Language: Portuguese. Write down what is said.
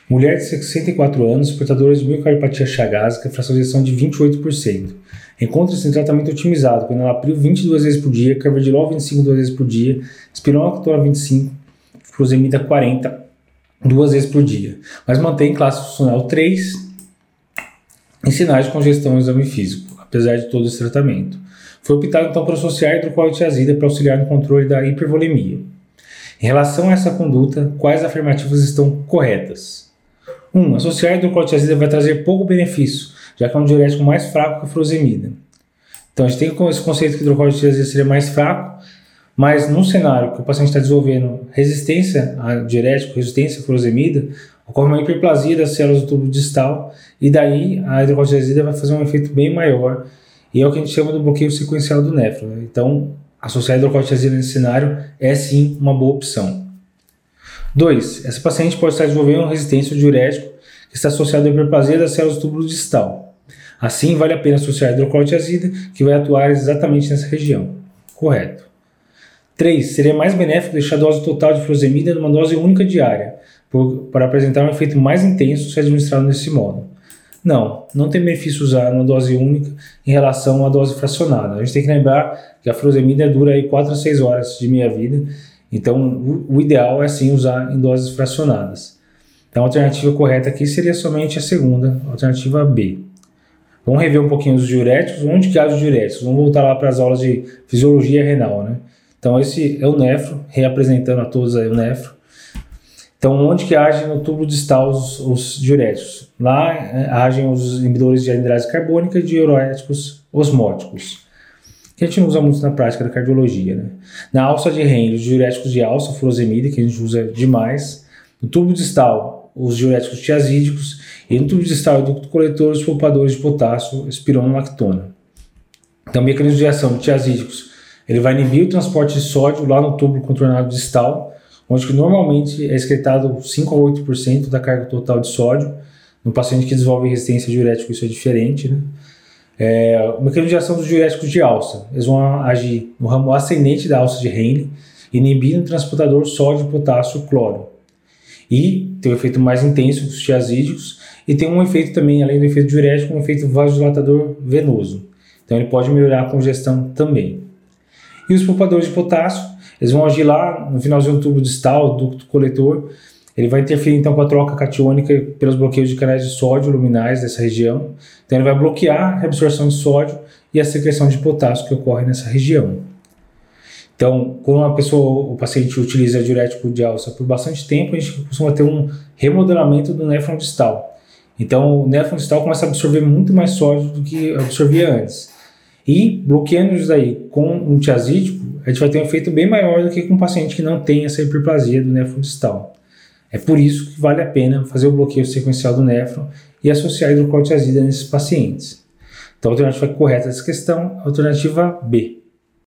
Mulher de 64 anos, portadora de miocardiopatia chagásica, fração de ejeção de 28%. Encontra-se em tratamento otimizado, com enalapril 22 vezes por dia, carvedilol 25 2 vezes por dia, espironolactona 25, furosemida 40, 2 vezes por dia. Mas mantém classe funcional 3 em sinais de congestão no exame físico, apesar de todo esse tratamento. Foi optado então por associar hidroclorotiazida para auxiliar no controle da hipervolemia. Em relação a essa conduta, quais afirmativas estão corretas? 1. Associar hidroclorotiazida vai trazer pouco benefício, já que é um diurético mais fraco que a furosemida. Então a gente tem esse conceito que a hidroclorotiazida seria mais fraco, mas num cenário que o paciente está desenvolvendo resistência a diurético, resistência à furosemida, ocorre uma hiperplasia das células do tubo distal e daí a hidroclorotiazida vai fazer um efeito bem maior e é o que a gente chama do bloqueio sequencial do néfron. Então, associar a hidroclorotiazida nesse cenário é sim uma boa opção. 2. Essa paciente pode estar desenvolvendo resistência ao diurético que está associada à hiperplasia das células do túbulo distal. Assim, vale a pena associar a hidroclorotiazida, que vai atuar exatamente nessa região. Correto. 3. Seria mais benéfico deixar a dose total de furosemida numa dose única diária, para apresentar um efeito mais intenso se administrado desse modo. Não tem benefício usar uma dose única em relação à dose fracionada. A gente tem que lembrar que a furosemida dura aí 4 a 6 horas de meia-vida, então o ideal é sim usar em doses fracionadas. Então a alternativa correta aqui seria somente a segunda, a alternativa B. Vamos rever um pouquinho os diuréticos. Onde que há os diuréticos? Vamos voltar lá para as aulas de fisiologia renal, né? Então esse é o néfro, reapresentando a todos aí o néfro. Então onde que agem no tubo distal os diuréticos? Lá agem os inibidores de anidrase carbônica e diuréticos osmóticos, que a gente não usa muito na prática da cardiologia, né? Na alça de Henle, os diuréticos de alça, furosemida, que a gente usa demais. No tubo distal, os diuréticos tiazídicos. E no tubo distal e ducto coletor, os poupadores de potássio, espironolactona. Então, o mecanismo de ação de tiazídicos, ele vai inibir o transporte de sódio lá no tubo contornado distal, onde que normalmente é excretado 5 a 8% da carga total de sódio. No paciente que desenvolve resistência a diurético, isso é diferente, né? O mecanismo de ação dos diuréticos de alça, eles vão agir no ramo ascendente da alça de Henle, inibindo o transportador sódio-potássio-cloro. E tem um efeito mais intenso dos tiazídicos e tem um efeito também, além do efeito diurético, um efeito vasodilatador venoso. Então ele pode melhorar a congestão também. E os poupadores de potássio, eles vão agir lá no finalzinho do tubo distal, ducto coletor. Ele vai interferir então com a troca catiônica pelos bloqueios de canais de sódio luminais dessa região. Então ele vai bloquear a reabsorção de sódio e a secreção de potássio que ocorre nessa região. Então, quando o paciente utiliza diurético de alça por bastante tempo, a gente costuma ter um remodelamento do néfron distal. Então, o néfron distal começa a absorver muito mais sódio do que absorvia antes. E, bloqueando isso daí com um tiazídico, a gente vai ter um efeito bem maior do que com um paciente que não tem essa hiperplasia do néfron distal. É por isso que vale a pena fazer o bloqueio sequencial do néfron e associar a hidroclorotiazida nesses pacientes. Então, a alternativa correta dessa questão é a alternativa B.